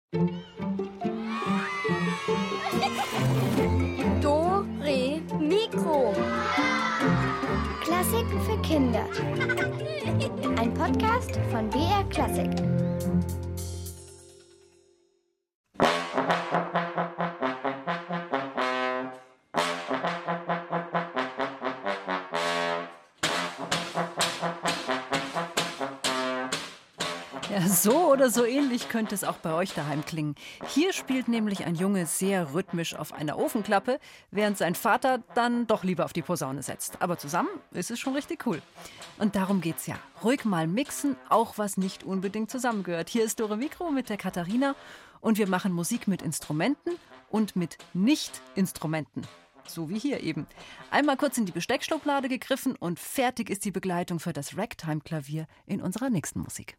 Do, Re, Mikro. Klassiken für Kinder. Ein Podcast von BR Klassik. Ja, so oder so ähnlich könnte es auch bei euch daheim klingen. Hier spielt nämlich ein Junge sehr rhythmisch auf einer Ofenklappe, während sein Vater dann doch lieber auf die Posaune setzt. Aber zusammen ist es schon richtig cool. Und darum geht's ja. Ruhig mal mixen, auch was nicht unbedingt zusammengehört. Hier ist Dore Mikro mit der Katharina und wir machen Musik mit Instrumenten und mit Nicht-Instrumenten. So wie hier eben. Einmal kurz in die Besteckschublade gegriffen und fertig ist die Begleitung für das Ragtime-Klavier in unserer nächsten Musik.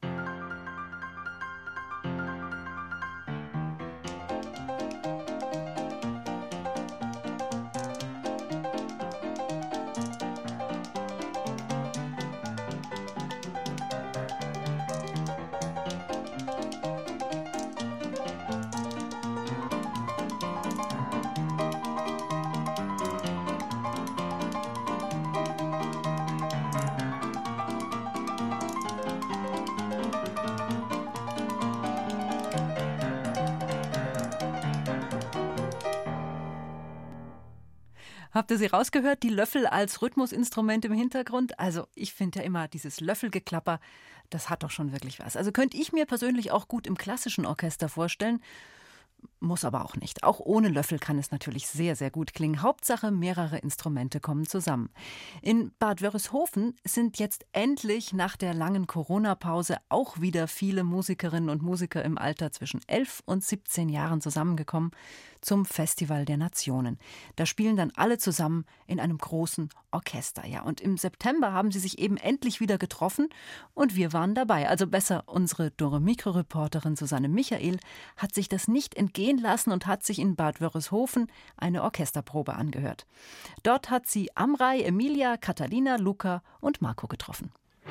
Habt ihr sie rausgehört? Die Löffel als Rhythmusinstrument im Hintergrund? Also ich finde ja immer, dieses Löffelgeklapper, das hat doch schon wirklich was. Also könnte ich mir persönlich auch gut im klassischen Orchester vorstellen. Muss aber auch nicht. Auch ohne Löffel kann es natürlich sehr, sehr gut klingen. Hauptsache, mehrere Instrumente kommen zusammen. In Bad Wörishofen sind jetzt endlich nach der langen Corona-Pause auch wieder viele Musikerinnen und Musiker im Alter zwischen 11 und 17 Jahren zusammengekommen zum Festival der Nationen. Da spielen dann alle zusammen in einem großen Orchester. Ja, und im September haben sie sich eben endlich wieder getroffen und wir waren dabei. Also besser, unsere Dore Mikro-Reporterin Susanne Michael hat sich das nicht entgehen lassen und hat sich in Bad Wörishofen eine Orchesterprobe angehört. Dort hat sie Amrei, Emilia, Catalina, Luca und Marco getroffen.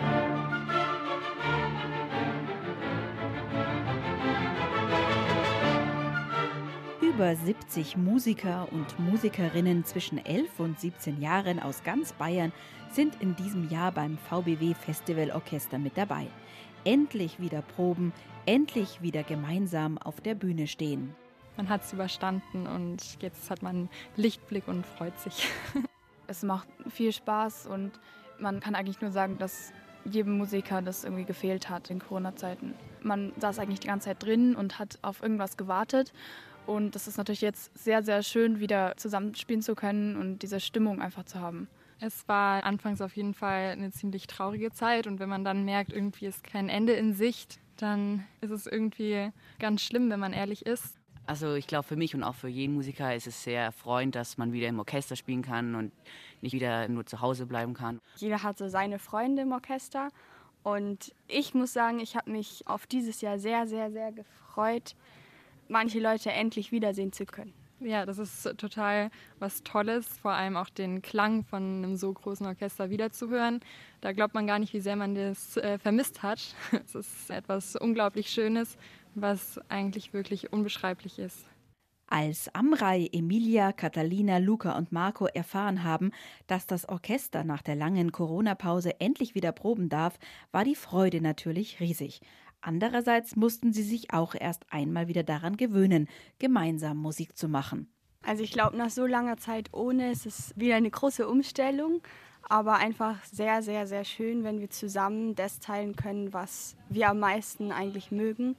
Über 70 Musiker und Musikerinnen zwischen 11 und 17 Jahren aus ganz Bayern sind in diesem Jahr beim VBW Festival Orchester mit dabei. Endlich wieder proben, endlich wieder gemeinsam auf der Bühne stehen. Man hat es überstanden und jetzt hat man Lichtblick und freut sich. Es macht viel Spaß und man kann eigentlich nur sagen, dass jedem Musiker das irgendwie gefehlt hat in Corona-Zeiten. Man saß eigentlich die ganze Zeit drin und hat auf irgendwas gewartet. Und das ist natürlich jetzt sehr, sehr schön, wieder zusammenspielen zu können und diese Stimmung einfach zu haben. Es war anfangs auf jeden Fall eine ziemlich traurige Zeit und wenn man dann merkt, irgendwie ist kein Ende in Sicht, dann ist es irgendwie ganz schlimm, wenn man ehrlich ist. Also ich glaube, für mich und auch für jeden Musiker ist es sehr erfreuend, dass man wieder im Orchester spielen kann und nicht wieder nur zu Hause bleiben kann. Jeder hat so seine Freunde im Orchester und ich muss sagen, ich habe mich auf dieses Jahr sehr, sehr, sehr gefreut, manche Leute endlich wiedersehen zu können. Ja, das ist total was Tolles, vor allem auch den Klang von einem so großen Orchester wiederzuhören. Da glaubt man gar nicht, wie sehr man das vermisst hat. Es ist etwas unglaublich Schönes, was eigentlich wirklich unbeschreiblich ist. Als Amrei, Emilia, Catalina, Luca und Marco erfahren haben, dass das Orchester nach der langen Corona-Pause endlich wieder proben darf, war die Freude natürlich riesig. Andererseits mussten sie sich auch erst einmal wieder daran gewöhnen, gemeinsam Musik zu machen. Also ich glaube, nach so langer Zeit ohne ist es wieder eine große Umstellung, aber einfach sehr, sehr, sehr schön, wenn wir zusammen das teilen können, was wir am meisten eigentlich mögen.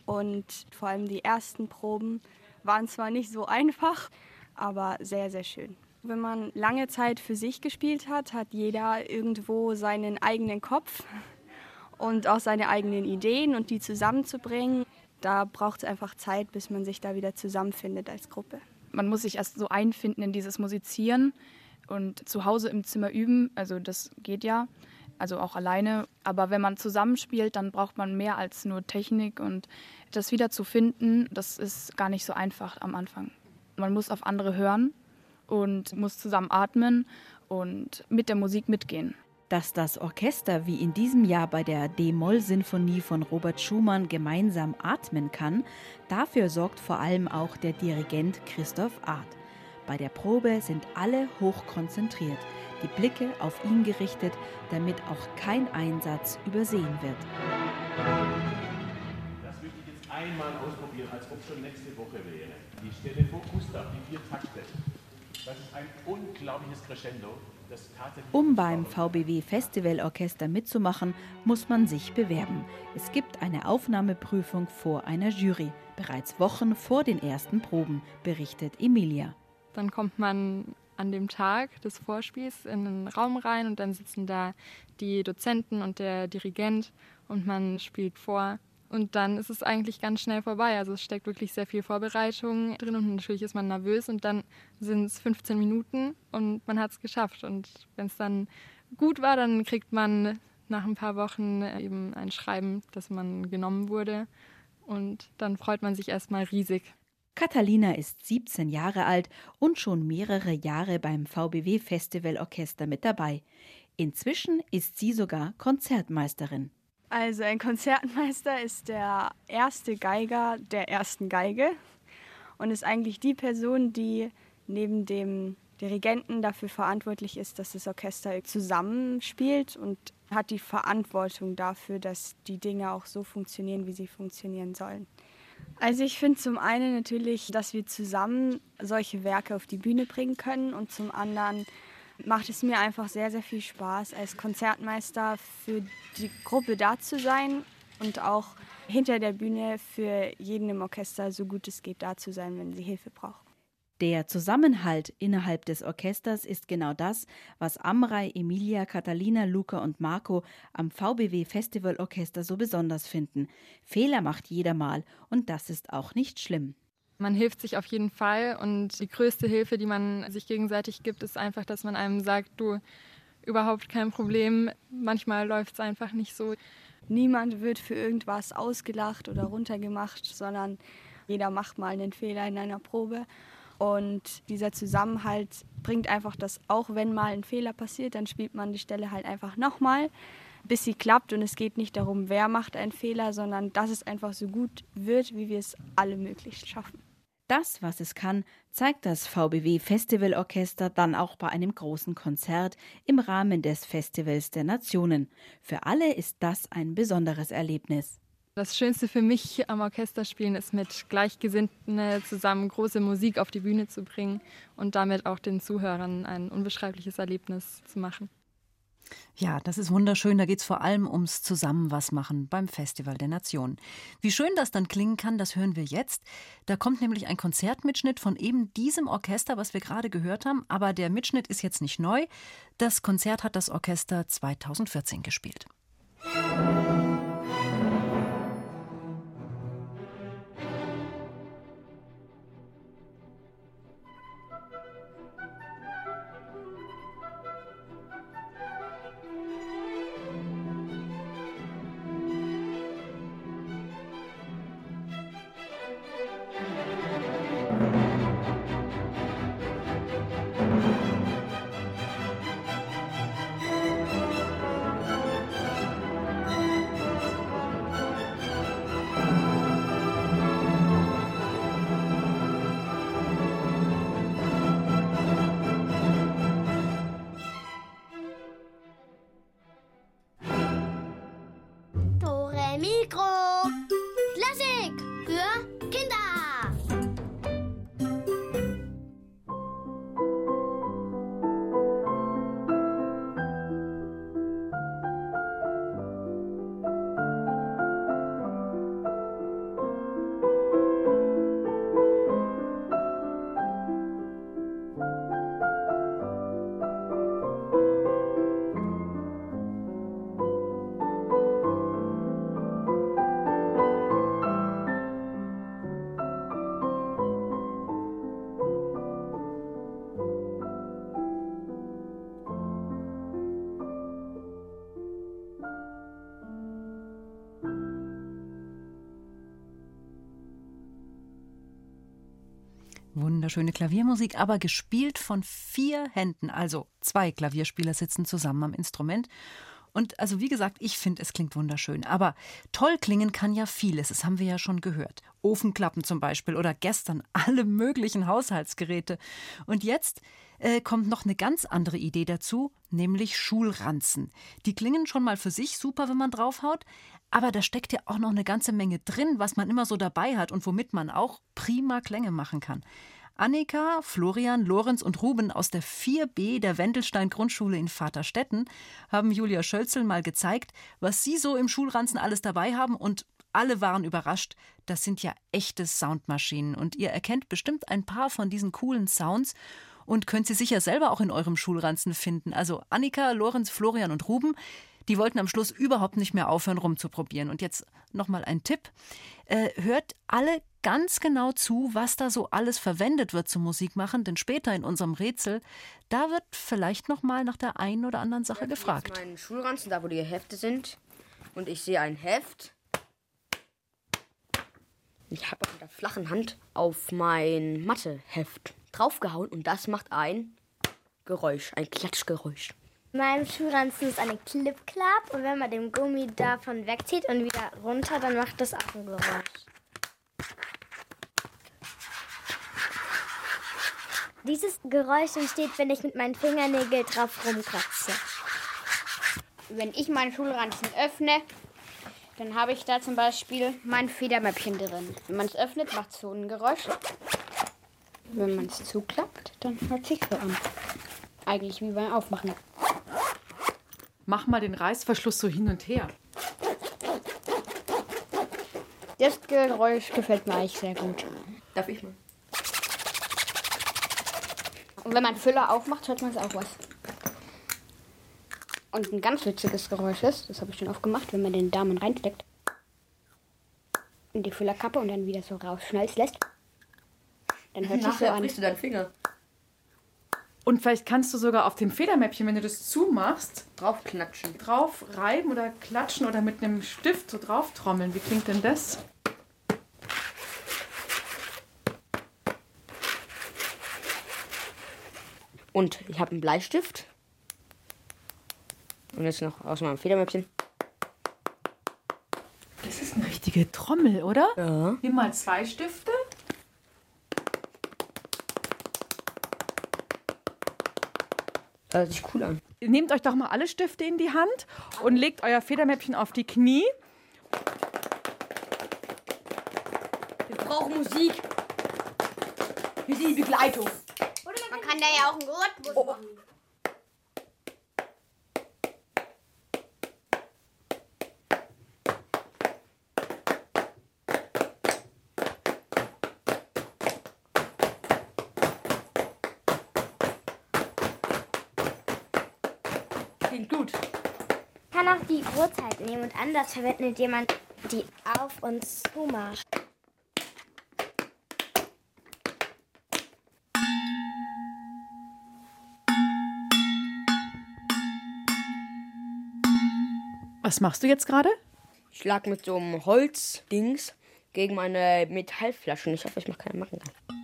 Und vor allem die ersten Proben waren zwar nicht so einfach, aber sehr, sehr schön. Wenn man lange Zeit für sich gespielt hat, hat jeder irgendwo seinen eigenen Kopf und auch seine eigenen Ideen und die zusammenzubringen. Da braucht es einfach Zeit, bis man sich da wieder zusammenfindet als Gruppe. Man muss sich erst so einfinden in dieses Musizieren und zu Hause im Zimmer üben. Also das geht ja, also auch alleine. Aber wenn man zusammenspielt, dann braucht man mehr als nur Technik. Und das wieder zu finden, das ist gar nicht so einfach am Anfang. Man muss auf andere hören und muss zusammen atmen und mit der Musik mitgehen. Dass das Orchester wie in diesem Jahr bei der D-Moll-Sinfonie von Robert Schumann gemeinsam atmen kann, dafür sorgt vor allem auch der Dirigent Christoph Arlt. Bei der Probe sind alle hoch konzentriert, die Blicke auf ihn gerichtet, damit auch kein Einsatz übersehen wird. Das möchte ich jetzt einmal ausprobieren, als ob schon nächste Woche wäre. Ich stelle vor, Gustav, die 4 Takte. Das ist ein unglaubliches Crescendo. Um beim VBW Festivalorchester mitzumachen, muss man sich bewerben. Es gibt eine Aufnahmeprüfung vor einer Jury, bereits Wochen vor den ersten Proben, berichtet Emilia. Dann kommt man an dem Tag des Vorspiels in einen Raum rein und dann sitzen da die Dozenten und der Dirigent und man spielt vor. Und dann ist es eigentlich ganz schnell vorbei. Also es steckt wirklich sehr viel Vorbereitung drin und natürlich ist man nervös und dann sind es 15 Minuten und man hat es geschafft. Und wenn es dann gut war, dann kriegt man nach ein paar Wochen eben ein Schreiben, dass man genommen wurde und dann freut man sich erstmal riesig. Catalina ist 17 Jahre alt und schon mehrere Jahre beim VBW Festivalorchester mit dabei. Inzwischen ist sie sogar Konzertmeisterin. Also ein Konzertmeister ist der erste Geiger der ersten Geige und ist eigentlich die Person, die neben dem Dirigenten dafür verantwortlich ist, dass das Orchester zusammenspielt und hat die Verantwortung dafür, dass die Dinge auch so funktionieren, wie sie funktionieren sollen. Also ich finde zum einen natürlich, dass wir zusammen solche Werke auf die Bühne bringen können und zum anderen macht es mir einfach sehr, sehr viel Spaß, als Konzertmeister für die Gruppe da zu sein und auch hinter der Bühne für jeden im Orchester so gut es geht da zu sein, wenn sie Hilfe brauchen. Der Zusammenhalt innerhalb des Orchesters ist genau das, was Amrei, Emilia, Catalina, Luca und Marco am VBW Festivalorchester so besonders finden. Fehler macht jeder mal und das ist auch nicht schlimm. Man hilft sich auf jeden Fall und die größte Hilfe, die man sich gegenseitig gibt, ist einfach, dass man einem sagt, du, überhaupt kein Problem, manchmal läuft es einfach nicht so. Niemand wird für irgendwas ausgelacht oder runtergemacht, sondern jeder macht mal einen Fehler in einer Probe. Und dieser Zusammenhalt bringt einfach das, auch wenn mal ein Fehler passiert, dann spielt man die Stelle halt einfach nochmal, bis sie klappt. Und es geht nicht darum, wer macht einen Fehler, sondern dass es einfach so gut wird, wie wir es alle möglichst schaffen. Das, was es kann, zeigt das VBW Festivalorchester dann auch bei einem großen Konzert im Rahmen des Festivals der Nationen. Für alle ist das ein besonderes Erlebnis. Das Schönste für mich am Orchesterspielen ist, mit Gleichgesinnten zusammen große Musik auf die Bühne zu bringen und damit auch den Zuhörern ein unbeschreibliches Erlebnis zu machen. Ja, das ist wunderschön. Da geht es vor allem ums Zusammen was machen beim Festival der Nationen. Wie schön das dann klingen kann, das hören wir jetzt. Da kommt nämlich ein Konzertmitschnitt von eben diesem Orchester, was wir gerade gehört haben. Aber der Mitschnitt ist jetzt nicht neu. Das Konzert hat das Orchester 2014 gespielt. Mikro. Klassik für Kinder. Wunderschöne Klaviermusik, aber gespielt von 4 Händen. Also 2 Klavierspieler sitzen zusammen am Instrument. Und also wie gesagt, ich finde, es klingt wunderschön. Aber toll klingen kann ja vieles, das haben wir ja schon gehört. Ofenklappen zum Beispiel oder gestern alle möglichen Haushaltsgeräte. Und jetzt kommt noch eine ganz andere Idee dazu, nämlich Schulranzen. Die klingen schon mal für sich super, wenn man draufhaut. Aber da steckt ja auch noch eine ganze Menge drin, was man immer so dabei hat und womit man auch prima Klänge machen kann. Annika, Florian, Lorenz und Ruben aus der 4B der Wendelstein-Grundschule in Vaterstetten haben Julia Schölzel mal gezeigt, was sie so im Schulranzen alles dabei haben, und alle waren überrascht. Das sind ja echte Soundmaschinen und ihr erkennt bestimmt ein paar von diesen coolen Sounds und könnt sie sicher selber auch in eurem Schulranzen finden. Also Annika, Lorenz, Florian und Ruben, die wollten am Schluss überhaupt nicht mehr aufhören rumzuprobieren. Und jetzt nochmal ein Tipp. Hört alle ganz genau zu, was da so alles verwendet wird zum Musikmachen, denn später in unserem Rätsel, da wird vielleicht noch mal nach der einen oder anderen Sache gefragt. Jetzt meinen Schulranzen, da wo die Hefte sind, und ich sehe ein Heft. Ich habe mit der flachen Hand auf mein Matheheft draufgehauen und das macht ein Geräusch, ein Klatschgeräusch. In meinem Schulranzen ist eine Clip-Clap und wenn man den Gummi davon wegzieht und wieder runter, dann macht das auch ein Geräusch. Dieses Geräusch entsteht, wenn ich mit meinen Fingernägeln drauf rumkratze. Wenn ich meinen Schulranzen öffne, dann habe ich da zum Beispiel mein Federmäppchen drin. Wenn man es öffnet, macht es so ein Geräusch. Wenn man es zuklappt, dann hört sich so an. Eigentlich wie beim Aufmachen. Mach mal den Reißverschluss so hin und her. Das Geräusch gefällt mir eigentlich sehr gut. Darf ich mal? Und wenn man Füller aufmacht, hört man es auch was. Und ein ganz witziges Geräusch ist, das habe ich schon oft gemacht, wenn man den Daumen reinsteckt in die Füllerkappe und dann wieder so rausschnalzen lässt. Dann hört sich so an. Brichst du deinen Finger. Und vielleicht kannst du sogar auf dem Federmäppchen, wenn du das zumachst, Draufklatschen. drauf reiben oder klatschen oder mit einem Stift so drauf trommeln. Wie klingt denn das? Und ich habe einen Bleistift. Und jetzt noch aus meinem Federmäppchen. Das ist eine richtige Trommel, oder? Ja. Hier mal 2 Stifte. Das hört sich cool an. Nehmt euch doch mal alle Stifte in die Hand und legt euer Federmäppchen auf die Knie. Wir brauchen Musik. Wie die Begleitung. Man kann da ja auch einen Rhythmus machen. Klingt gut. Man kann auch die Uhrzeit nehmen und anders verwenden, indem man die auf und zu macht. Was machst du jetzt gerade? Ich schlag mit so einem Holzdings gegen meine Metallflaschen. Ich hoffe, ich mache keine Macken.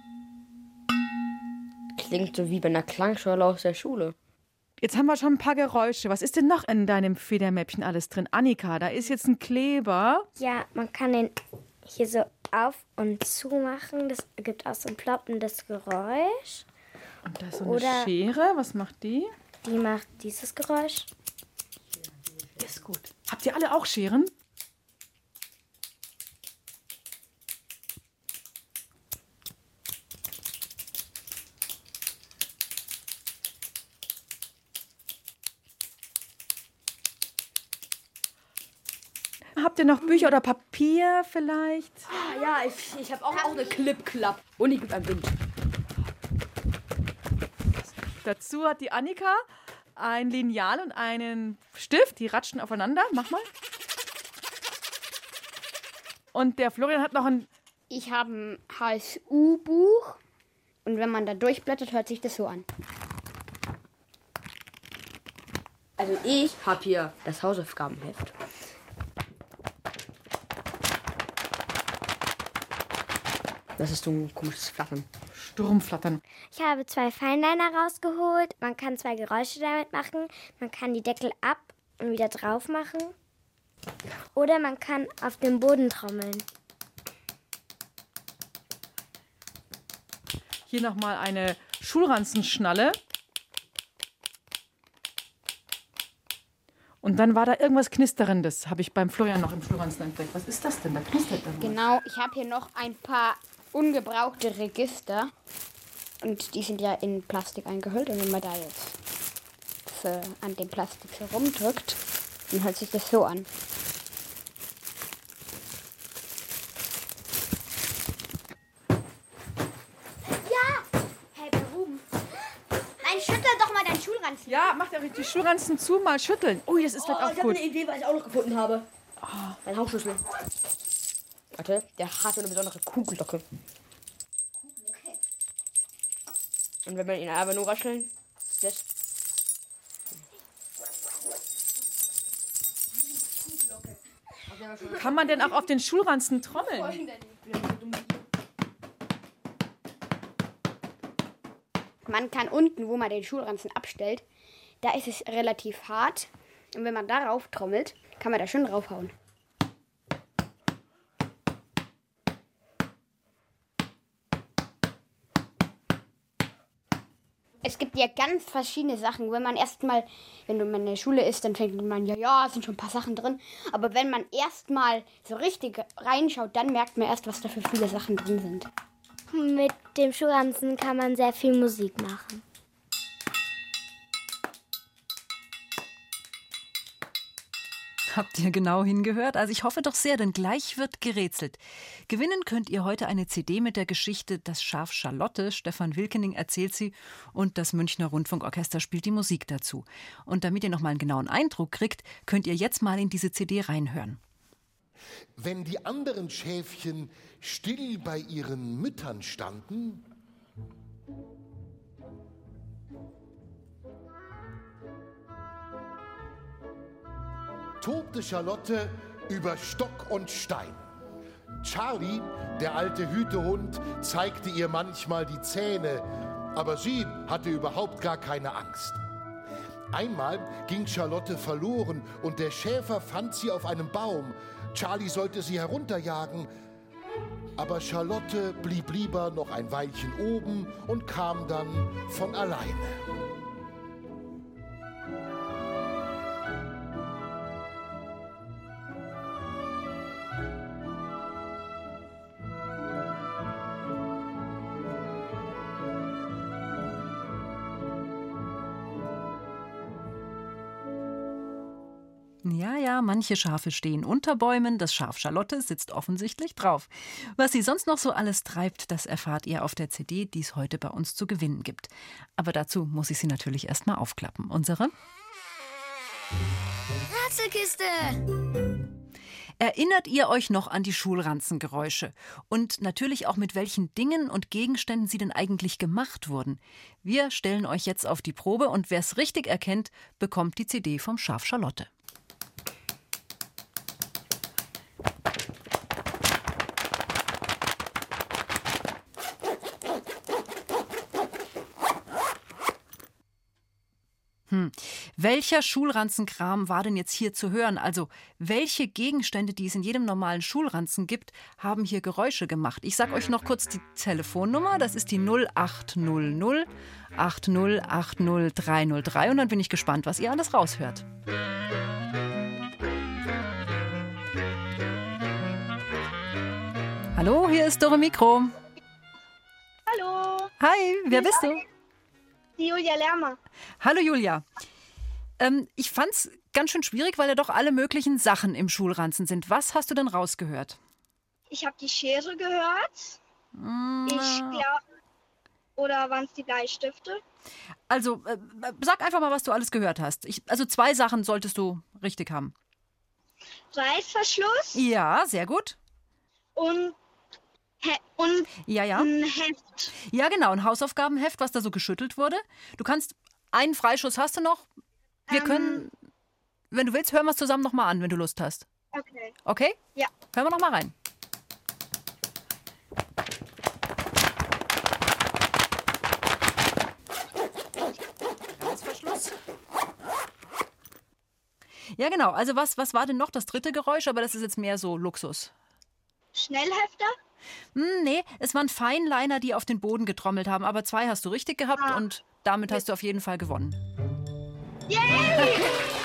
Klingt so wie bei einer Klangschale aus der Schule. Jetzt haben wir schon ein paar Geräusche. Was ist denn noch in deinem Federmäppchen alles drin? Annika, da ist jetzt ein Kleber. Ja, man kann den hier so auf und zu machen. Das gibt auch so ein ploppendes Geräusch. Und da ist so eine Schere. Was macht die? Die macht dieses Geräusch. Ist gut. Habt ihr alle auch Scheren? Habt ihr noch Bücher oder Papier vielleicht? Ah, ja, ich habe auch eine Clip-Clap. Und ich gibt einen Wind. Dazu hat die Annika ein Lineal und einen Stift. Die ratschen aufeinander. Mach mal. Und der Florian hat noch ein... Ich habe ein HSU-Buch und wenn man da durchblättert, hört sich das so an. Also ich habe hier das Hausaufgabenheft. Das ist so ein komisches Flattern. Sturmflattern. Ich habe 2 Feinliner rausgeholt. Man kann 2 Geräusche damit machen. Man kann die Deckel ab und wieder drauf machen. Oder man kann auf dem Boden trommeln. Hier nochmal eine Schulranzenschnalle. Und dann war da irgendwas Knisterndes, habe ich beim Florian noch im Schulranzen entdeckt. Was ist das denn? Da knistert irgendwas. Genau, ich habe hier noch ein paar ungebrauchte Register. Und die sind ja in Plastik eingehüllt. Und wenn man da jetzt an dem Plastik so rumdrückt, dann hört sich das so an. Schüttel doch mal deinen Schulranzen. Ja, mach dir die Schulranzen zu, mal schütteln. Ui, das ist vielleicht auch ich habe gut. eine Idee, was ich auch noch gefunden habe. Mein Hauptschlüssel. Warte, der hat so eine besondere Kugellocke. Und wenn man ihn einfach nur rascheln lässt. Kann man denn auch auf den Schulranzen trommeln? Man kann unten, wo man den Schulranzen abstellt, da ist es relativ hart. Und wenn man darauf trommelt, kann man da schön draufhauen. Es gibt ja ganz verschiedene Sachen. Wenn man erstmal, wenn man in der Schule ist, dann denkt man, ja, es sind schon ein paar Sachen drin. Aber wenn man erstmal so richtig reinschaut, dann merkt man erst, was da für viele Sachen drin sind. Mit dem Schulranzen kann man sehr viel Musik machen. Habt ihr genau hingehört? Also ich hoffe doch sehr, denn gleich wird gerätselt. Gewinnen könnt ihr heute eine CD mit der Geschichte Das Schaf Charlotte. Stefan Wilkening erzählt sie und das Münchner Rundfunkorchester spielt die Musik dazu. Und damit ihr noch mal einen genauen Eindruck kriegt, könnt ihr jetzt mal in diese CD reinhören. Wenn die anderen Schäfchen still bei ihren Müttern standen, tobte Charlotte über Stock und Stein. Charlie, der alte Hütehund, zeigte ihr manchmal die Zähne, aber sie hatte überhaupt gar keine Angst. Einmal ging Charlotte verloren und der Schäfer fand sie auf einem Baum. Charlie sollte sie herunterjagen, aber Charlotte blieb lieber noch ein Weilchen oben und kam dann von alleine. Ja, manche Schafe stehen unter Bäumen, das Schaf Charlotte sitzt offensichtlich drauf. Was sie sonst noch so alles treibt, das erfahrt ihr auf der CD, die es heute bei uns zu gewinnen gibt. Aber dazu muss ich sie natürlich erst mal aufklappen. Unsere Ratzelkiste! Erinnert ihr euch noch an die Schulranzengeräusche? Und natürlich auch, mit welchen Dingen und Gegenständen sie denn eigentlich gemacht wurden? Wir stellen euch jetzt auf die Probe und wer es richtig erkennt, bekommt die CD vom Schaf Charlotte. Welcher Schulranzenkram war denn jetzt hier zu hören? Also, welche Gegenstände, die es in jedem normalen Schulranzen gibt, haben hier Geräusche gemacht? Ich sage euch noch kurz die Telefonnummer. Das ist die 0800 8080 303. Und dann bin ich gespannt, was ihr alles raushört. Hallo, hier ist Dore Mikro. Hallo. Hi, wer bist du? Die Julia Lermer. Hallo Julia. Ich fand's ganz schön schwierig, weil ja doch alle möglichen Sachen im Schulranzen sind. Was hast du denn rausgehört? Ich habe die Schere gehört. Ich glaube, oder waren es die Bleistifte? Also, sag einfach mal, was du alles gehört hast. Also 2 Sachen solltest du richtig haben. Reißverschluss. Ja, sehr gut. Und ja. Ein Heft. Ja, genau, ein Hausaufgabenheft, was da so geschüttelt wurde. Du kannst, einen Freischuss hast du noch. Wir können, wenn du willst, hören wir es zusammen nochmal an, wenn du Lust hast. Okay. Okay? Ja. Hören wir nochmal rein. Ja, genau. Also was war denn noch das dritte Geräusch? Aber das ist jetzt mehr so Luxus. Schnellhefter? Nee, es waren Feinliner, die auf den Boden getrommelt haben. Aber 2 hast du richtig gehabt und damit hast du auf jeden Fall gewonnen. Yay!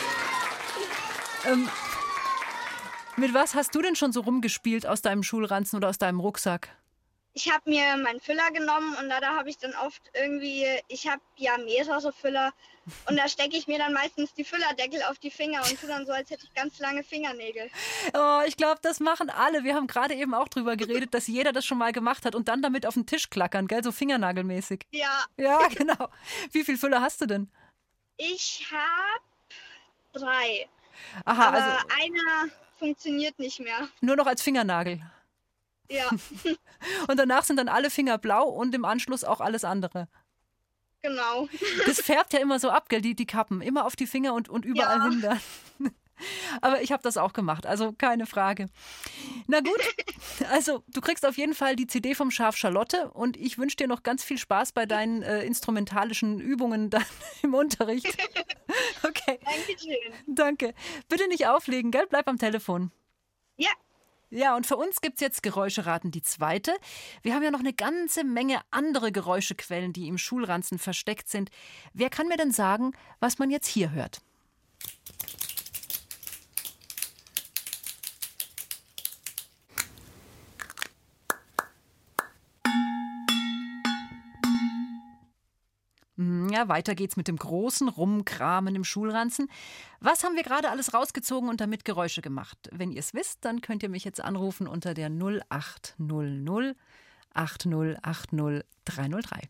Mit was hast du denn schon so rumgespielt aus deinem Schulranzen oder aus deinem Rucksack? Ich habe mir meinen Füller genommen und da habe ich dann oft irgendwie, ich habe ja mehrere Füller und da stecke ich mir dann meistens die Füllerdeckel auf die Finger und tue dann so, als hätte ich ganz lange Fingernägel. Oh, ich glaube, das machen alle. Wir haben gerade eben auch drüber geredet, dass jeder das schon mal gemacht hat und dann damit auf den Tisch klackern, gell? So fingernagelmäßig. Ja. Ja, genau. Wie viele Füller hast du denn? Ich habe 3. Aha, aber also einer funktioniert nicht mehr. nur noch als Fingernagel. Ja. Und danach sind dann alle Finger blau und im Anschluss auch alles andere. Genau. Das färbt ja immer so ab, gell, die Kappen. Immer auf die Finger und überall hin dann. Aber ich habe das auch gemacht, also keine Frage. Na gut, also du kriegst auf jeden Fall die CD vom Schaf Charlotte und ich wünsche dir noch ganz viel Spaß bei deinen instrumentalischen Übungen dann im Unterricht. Okay. Dankeschön. Danke. Bitte nicht auflegen, gell? Bleib am Telefon. Ja. Ja, und für uns gibt es jetzt Geräuscheraten die zweite. Wir haben ja noch eine ganze Menge andere Geräuschequellen, die im Schulranzen versteckt sind. Wer kann mir denn sagen, was man jetzt hier hört? Ja, weiter geht's mit dem großen Rumkramen im Schulranzen. Was haben wir gerade alles rausgezogen und damit Geräusche gemacht? Wenn ihr es wisst, dann könnt ihr mich jetzt anrufen unter der 0800 8080 303.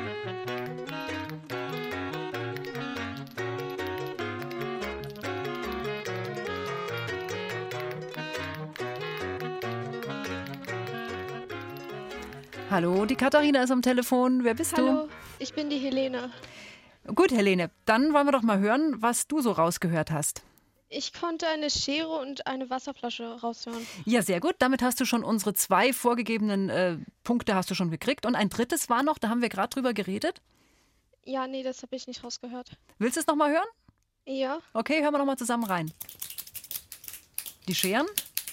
Hallo, die Katharina ist am Telefon. Wer bist du? Hallo, ich bin die Helene. Gut, Helene, dann wollen wir doch mal hören, was du so rausgehört hast. Ich konnte eine Schere und eine Wasserflasche raushören. Ja, sehr gut. Damit hast du schon unsere 2 vorgegebenen Punkte hast du schon gekriegt. Und ein drittes war noch, da haben wir gerade drüber geredet. Ja, nee, das habe ich nicht rausgehört. Willst du es noch mal hören? Ja. Okay, hören wir noch mal zusammen rein. Die Scheren?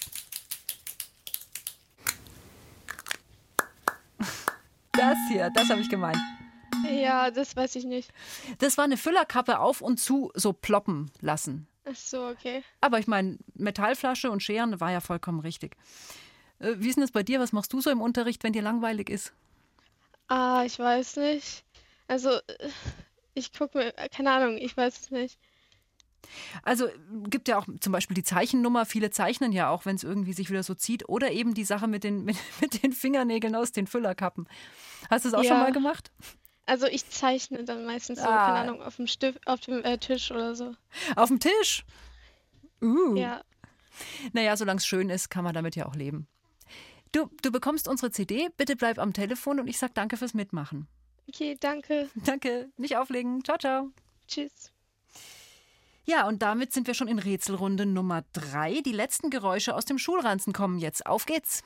Das hier, das habe ich gemeint. Ja, das weiß ich nicht. Das war eine Füllerkappe auf und zu so ploppen lassen. Ach so, okay. Aber ich meine, Metallflasche und Scheren war ja vollkommen richtig. Wie ist denn das bei dir? Was machst du so im Unterricht, wenn dir langweilig ist? Ich weiß nicht. Also, ich gucke mir, keine Ahnung, ich weiß es nicht. Also gibt ja auch zum Beispiel die Zeichennummer. Viele zeichnen ja auch, wenn es irgendwie sich wieder so zieht. Oder eben die Sache mit den Fingernägeln aus den Füllerkappen. Hast du das auch schon mal gemacht? Also ich zeichne dann meistens so, keine Ahnung, auf dem Tisch oder so. Auf dem Tisch? Ja. Naja, solange es schön ist, kann man damit ja auch leben. Du bekommst unsere CD. Bitte bleib am Telefon und ich sag danke fürs Mitmachen. Okay, danke. Danke. Nicht auflegen. Ciao, ciao. Tschüss. Ja, und damit sind wir schon in Rätselrunde Nummer 3. Die letzten Geräusche aus dem Schulranzen kommen jetzt. Auf geht's.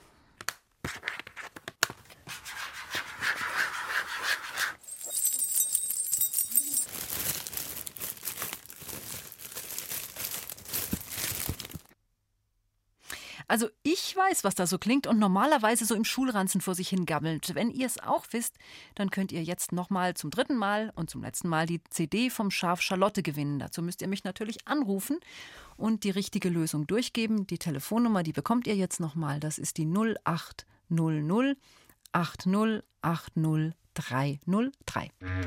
Also ich weiß, was da so klingt und normalerweise so im Schulranzen vor sich hingammelt. Wenn ihr es auch wisst, dann könnt ihr jetzt nochmal zum 3. Mal und zum letzten Mal die CD vom Schaf Charlotte gewinnen. Dazu müsst ihr mich natürlich anrufen und die richtige Lösung durchgeben. Die Telefonnummer, die bekommt ihr jetzt nochmal. Das ist die 0800 8080 303.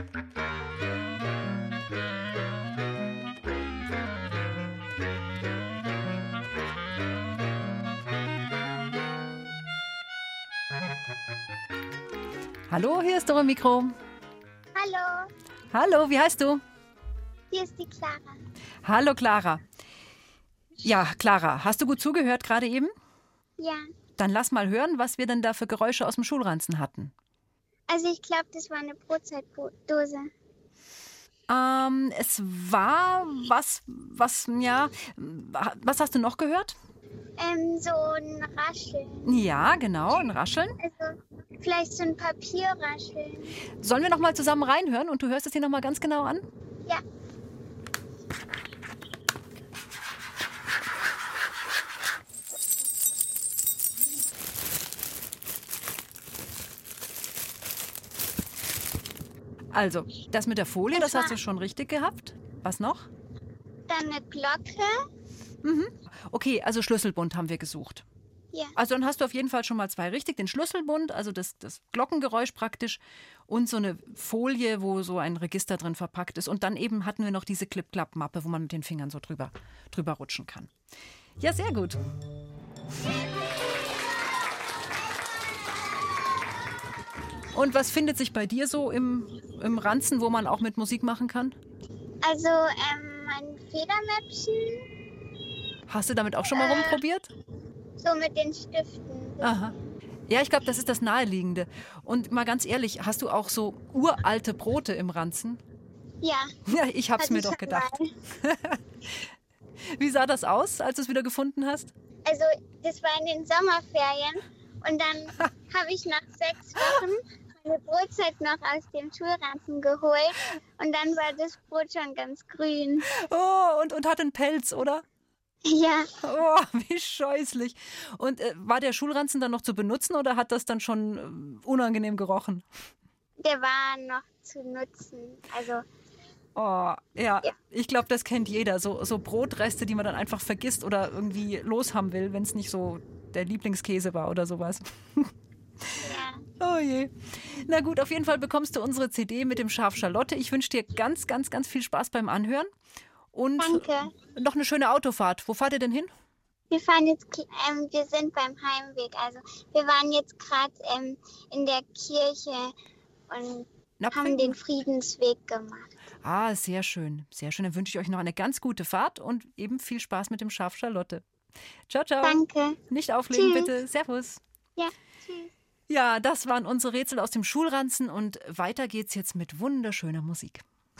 Hallo, hier ist Dora Mikro. Hallo, Hallo, wie heißt du? hier ist die Clara. Hallo, Clara. Ja, Clara, hast du gut zugehört gerade eben? Ja, Dann lass mal hören, was wir denn da für Geräusche aus dem Schulranzen hatten. also ich glaube, das war eine Brotzeitdose. Es war was hast du noch gehört? So ein Rascheln. Ja, genau, ein Rascheln. Also vielleicht so ein Papierrascheln. Sollen wir noch mal zusammen reinhören und du hörst es dir noch mal ganz genau an? Ja. Also, das mit der Folie, das hast du schon richtig gehabt. Was noch? Dann eine Glocke. Mhm. Okay, also Schlüsselbund haben wir gesucht. Ja. Also dann hast du auf jeden Fall schon mal 2 richtig. Den Schlüsselbund, also das Glockengeräusch praktisch und so eine Folie, wo so ein Register drin verpackt ist. Und dann eben hatten wir noch diese Clip-Clap-Mappe, wo man mit den Fingern so drüber rutschen kann. Ja, sehr gut. Und was findet sich bei dir so im Ranzen, wo man auch mit Musik machen kann? Also mein Federmäppchen. Hast du damit auch schon mal rumprobiert? So mit den Stiften. Aha. Ja, ich glaube, das ist das Naheliegende. Und mal ganz ehrlich, hast du auch so uralte Brote im Ranzen? Ja. Ja, ich hab's mir doch gedacht. Wie sah das aus, als du es wieder gefunden hast? Also das war in den Sommerferien und dann habe ich nach 6 Wochen meine Brotzeit noch aus dem Schulranzen geholt und dann war das Brot schon ganz grün. Oh, und hat einen Pelz, oder? Ja. Oh, wie scheußlich. Und war der Schulranzen dann noch zu benutzen oder hat das dann schon unangenehm gerochen? Der war noch zu nutzen. Also. Oh, ja. Ich glaube, das kennt jeder. So Brotreste, die man dann einfach vergisst oder irgendwie loshaben will, wenn es nicht so der Lieblingskäse war oder sowas. Ja. Oh je. Na gut, auf jeden Fall bekommst du unsere CD mit dem Schaf Charlotte. Ich wünsche dir ganz, ganz, ganz viel Spaß beim Anhören. Und danke. Noch eine schöne Autofahrt. Wo fahrt ihr denn hin? Wir fahren jetzt, wir sind beim Heimweg. Also wir waren jetzt gerade in der Kirche und haben den Friedensweg gemacht. Ah, sehr schön. Sehr schön. Dann wünsche ich euch noch eine ganz gute Fahrt und eben viel Spaß mit dem Schaf Charlotte. Ciao, ciao. Danke. Nicht auflegen, Tschüss. bitte. Servus. Ja, tschüss. Ja, das waren unsere Rätsel aus dem Schulranzen und weiter geht's jetzt mit wunderschöner Musik.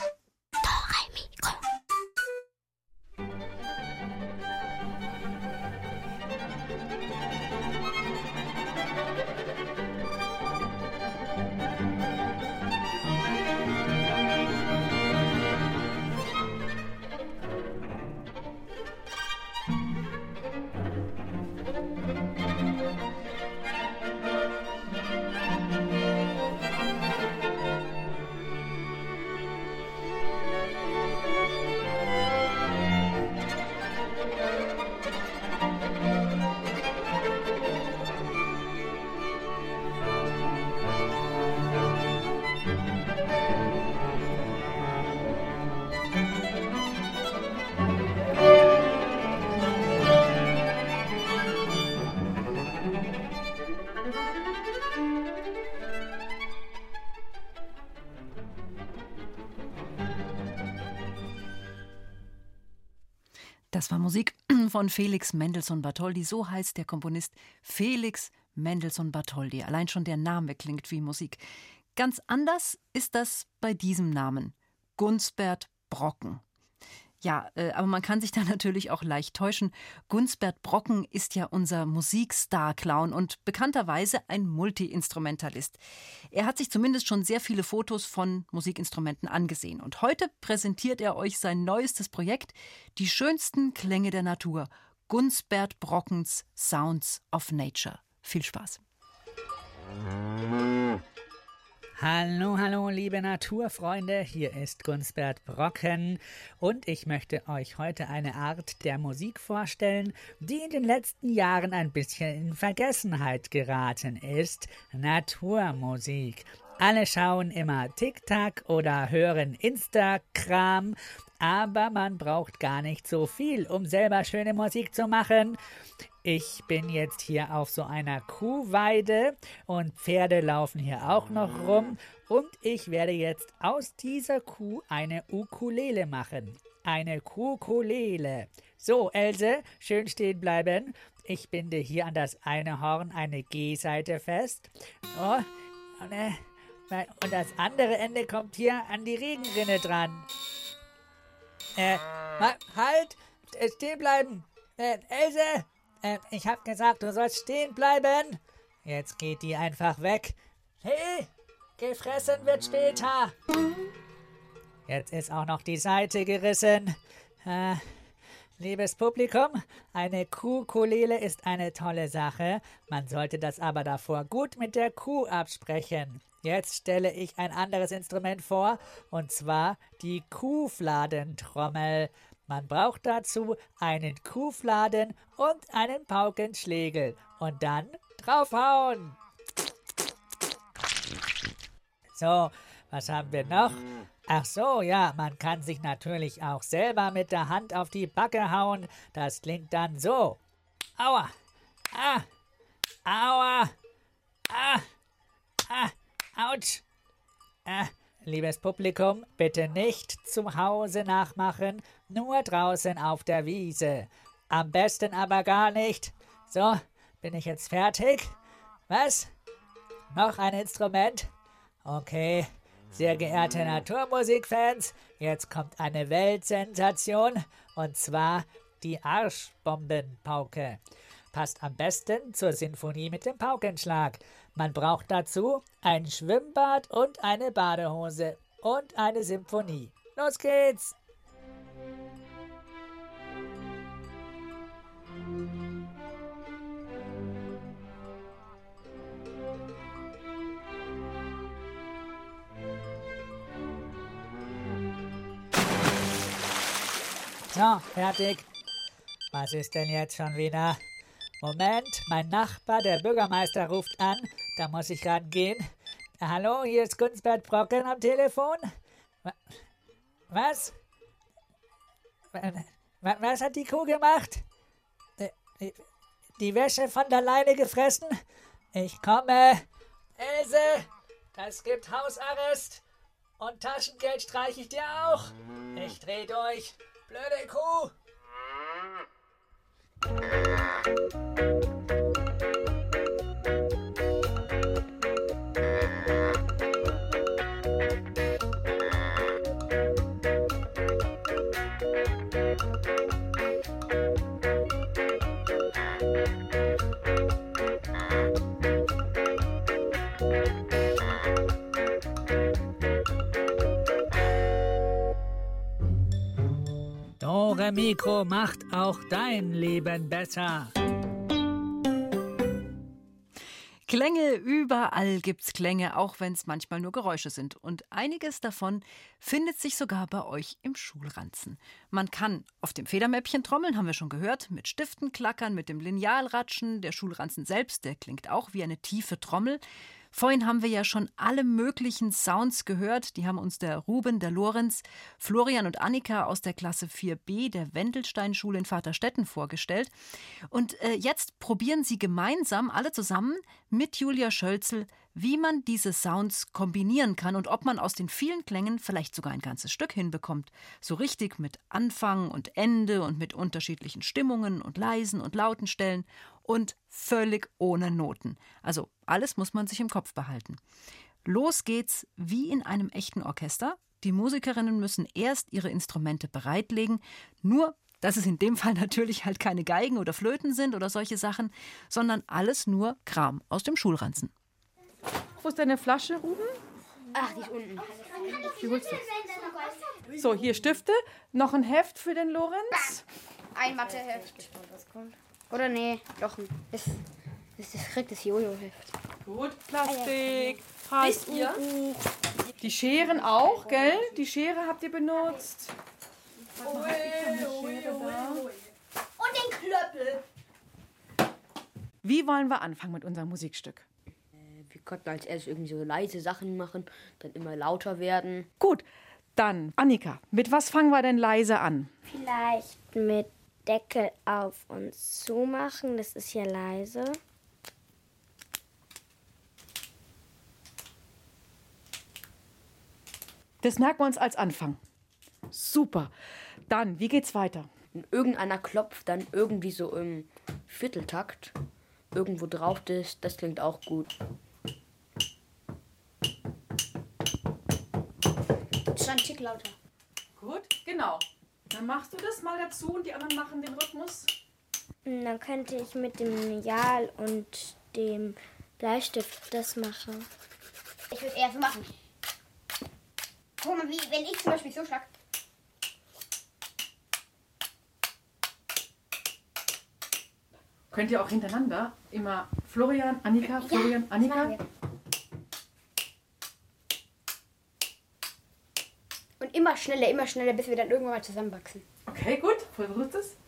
Das war Musik von Felix Mendelssohn Bartholdy. So heißt der Komponist Felix Mendelssohn Bartholdy. Allein schon der Name klingt wie Musik. Ganz anders ist das bei diesem Namen. Gunsbert Brocken. Ja, aber man kann sich da natürlich auch leicht täuschen. Gunsbert Brocken ist ja unser Musikstar-Clown und bekannterweise ein Multi-Instrumentalist. Er hat sich zumindest schon sehr viele Fotos von Musikinstrumenten angesehen. Und heute präsentiert er euch sein neuestes Projekt, die schönsten Klänge der Natur. Gunsbert Brockens Sounds of Nature. Viel Spaß. Hallo, hallo, liebe Naturfreunde, hier ist Gunsbert Brocken und ich möchte euch heute eine Art der Musik vorstellen, die in den letzten Jahren ein bisschen in Vergessenheit geraten ist, Naturmusik. Alle schauen immer TikTok oder hören Instagram, aber man braucht gar nicht so viel, um selber schöne Musik zu machen. Ich bin jetzt hier auf so einer Kuhweide und Pferde laufen hier auch noch rum und ich werde jetzt aus dieser Kuh eine Ukulele machen. Eine Kukulele. So, Else, schön stehen bleiben. Ich binde hier an das eine Horn eine G-Seite fest. Oh, und das andere Ende kommt hier an die Regenrinne dran. Halt! Stehen bleiben! Else! Ich hab gesagt, du sollst stehen bleiben. Jetzt geht die einfach weg. Hey! Gefressen wird später! Jetzt ist auch noch die Seite gerissen. Liebes Publikum, eine Ukulele ist eine tolle Sache. Man sollte das aber davor gut mit der Kuh absprechen. Jetzt stelle ich ein anderes Instrument vor, und zwar die Kuhfladentrommel. Man braucht dazu einen Kuhfladen und einen Paukenschlägel. Und dann draufhauen. So, was haben wir noch? Ach so, ja, man kann sich natürlich auch selber mit der Hand auf die Backe hauen. Das klingt dann so. Aua! Ah! Aua! Ah! Ah! Autsch! Liebes Publikum, bitte nicht zu Hause nachmachen, nur draußen auf der Wiese. Am besten aber gar nicht. So, bin ich jetzt fertig? Was? Noch ein Instrument? Okay, sehr geehrte Naturmusikfans, jetzt kommt eine Weltsensation, und zwar die Arschbombenpauke. Passt am besten zur Sinfonie mit dem Paukenschlag. Man braucht dazu ein Schwimmbad und eine Badehose und eine Symphonie. Los geht's! So, fertig. Was ist denn jetzt schon wieder? Moment, mein Nachbar, der Bürgermeister, ruft an. Da muss ich rangehen. Hallo, hier ist Gunsbert Brocken am Telefon. Was? Was hat die Kuh gemacht? Die Wäsche von der Leine gefressen? Ich komme. Else, das gibt Hausarrest. Und Taschengeld streiche ich dir auch. Ich dreh durch. Blöde Kuh. Dore Mikro macht auch dein Leben besser. Klänge, überall gibt's Klänge, auch wenn es manchmal nur Geräusche sind. Und einiges davon findet sich sogar bei euch im Schulranzen. Man kann auf dem Federmäppchen trommeln, haben wir schon gehört, mit Stiften klackern, mit dem Lineal ratschen. Der Schulranzen selbst, der klingt auch wie eine tiefe Trommel. Vorhin haben wir ja schon alle möglichen Sounds gehört. Die haben uns der Ruben, der Lorenz, Florian und Annika aus der Klasse 4b der Wendelstein-Schule in Vaterstetten vorgestellt. Und jetzt probieren sie gemeinsam, alle zusammen, mit Julia Schölzel, wie man diese Sounds kombinieren kann und ob man aus den vielen Klängen vielleicht sogar ein ganzes Stück hinbekommt. So richtig mit Anfang und Ende und mit unterschiedlichen Stimmungen und leisen und lauten Stellen und völlig ohne Noten. Also alles muss man sich im Kopf behalten. Los geht's wie in einem echten Orchester. Die Musikerinnen müssen erst ihre Instrumente bereitlegen, nur dass es in dem Fall natürlich halt keine Geigen oder Flöten sind oder solche Sachen, sondern alles nur Kram aus dem Schulranzen. Wo ist deine Flasche, Ruben? Ach, die ist unten. Wie holst du? So, hier Stifte. Noch ein Heft für den Lorenz. Ein Matheheft. Oder nee, doch. Das kriegt das Jojo-Heft. Gut, Plastik, Halstuch. Die Scheren auch, gell? Die Schere habt ihr benutzt. Und den Klöppel. Wie wollen wir anfangen mit unserem Musikstück? Wir könnten als erstes irgendwie so leise Sachen machen, dann immer lauter werden. Gut, dann Annika, mit was fangen wir denn leise an? Vielleicht mit Deckel auf und zu machen. Das ist ja leise. Das merken wir uns als Anfang. Super. Dann, wie geht's weiter? Und irgendeiner klopft dann irgendwie so im Vierteltakt irgendwo drauf. Das klingt auch gut. Das ist ein Tick lauter. Gut, genau. Dann machst du das mal dazu und die anderen machen den Rhythmus. Dann könnte ich mit dem Lineal und dem Bleistift das machen. Ich würde eher so machen. Guck mal, wie wenn ich zum Beispiel so schlag. Könnt ihr auch hintereinander immer Florian, Annika, Florian, Ja, Annika. machen wir. Und immer schneller, bis wir dann irgendwann mal zusammenwachsen. Okay, gut. Versucht es.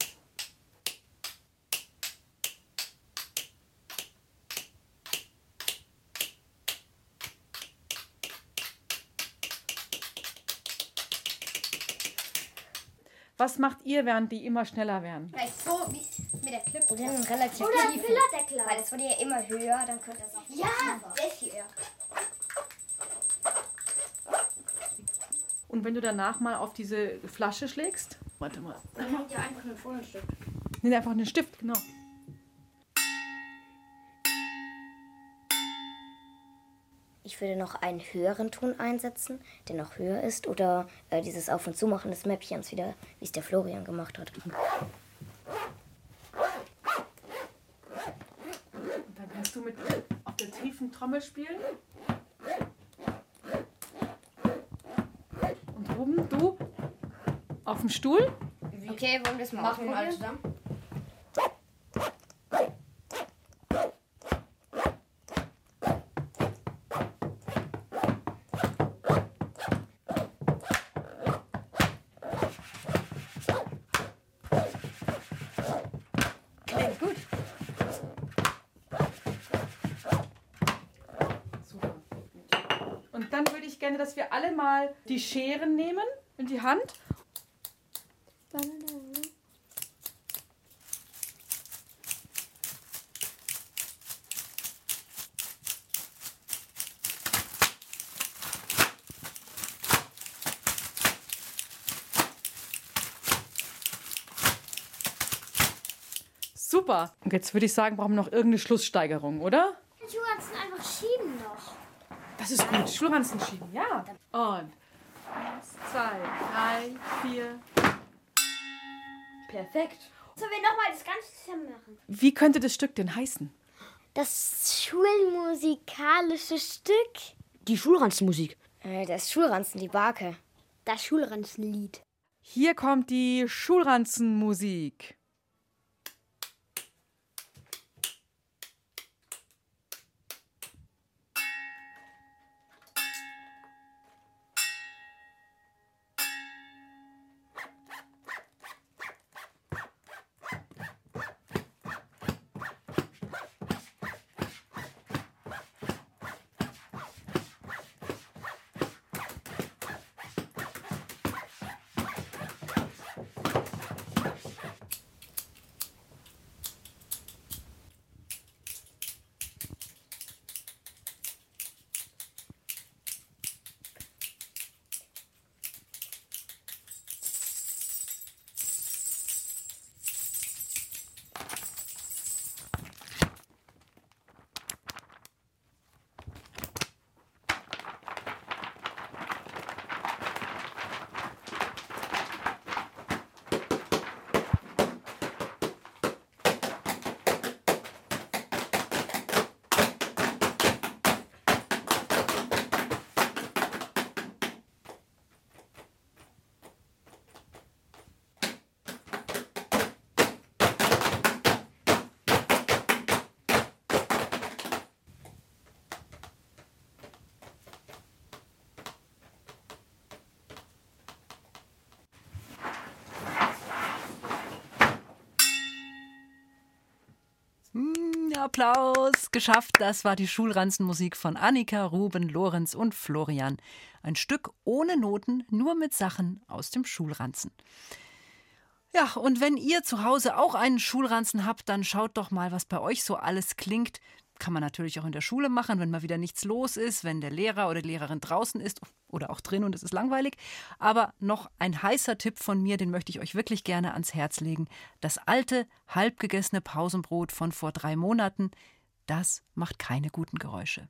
Was macht ihr, während die immer schneller werden? Vielleicht so wie mit der Clip. Oder einen relativ Oder tiefen. Füllerdeckel. Weil das wurde ja immer höher, dann könnte es auch Ja, sehr viel eher. Und wenn du danach mal auf diese Flasche schlägst? Warte mal. Dann hängt ja einfach einen Vorderstift. Nimm einfach einen Stift, genau. Ich würde noch einen höheren Ton einsetzen, der noch höher ist. Oder dieses Auf- und Zumachen des Mäppchens wieder, wie es der Florian gemacht hat. Und dann kannst du mit auf der tiefen Trommel spielen. Und oben du auf dem Stuhl. Okay, wollen wir das mal Machen wir mal ausprobieren? zusammen. Klingt gut. Super. Und dann würde ich gerne, dass wir alle mal die Scheren nehmen in die Hand. Super. Und jetzt würde ich sagen, brauchen wir noch irgendeine Schlusssteigerung, oder? Den Schuhranzen einfach schieben noch. Das ist gut. Schulranzen schieben, ja. Und 1, 2, 3, 4. Perfekt. Sollen wir nochmal das Ganze zusammen machen? Wie könnte das Stück denn heißen? Das schulmusikalische Stück. Die Schulranzenmusik. Das Schulranzen, die Barke. Das Schulranzenlied. Hier kommt die Schulranzenmusik. Applaus, geschafft. Das war die Schulranzenmusik von Annika, Ruben, Lorenz und Florian. Ein Stück ohne Noten, nur mit Sachen aus dem Schulranzen. Ja, und wenn ihr zu Hause auch einen Schulranzen habt, dann schaut doch mal, was bei euch so alles klingt. Kann man natürlich auch in der Schule machen, wenn mal wieder nichts los ist, wenn der Lehrer oder die Lehrerin draußen ist oder auch drin und es ist langweilig. Aber noch ein heißer Tipp von mir, den möchte ich euch wirklich gerne ans Herz legen. Das alte, halbgegessene Pausenbrot von vor 3 Monaten, das macht keine guten Geräusche.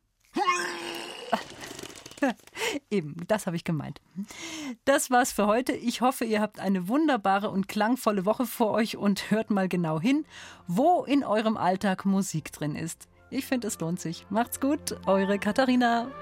Eben, das habe ich gemeint. Das war's für heute. Ich hoffe, ihr habt eine wunderbare und klangvolle Woche vor euch und hört mal genau hin, wo in eurem Alltag Musik drin ist. Ich finde, es lohnt sich. Macht's gut, eure Katharina.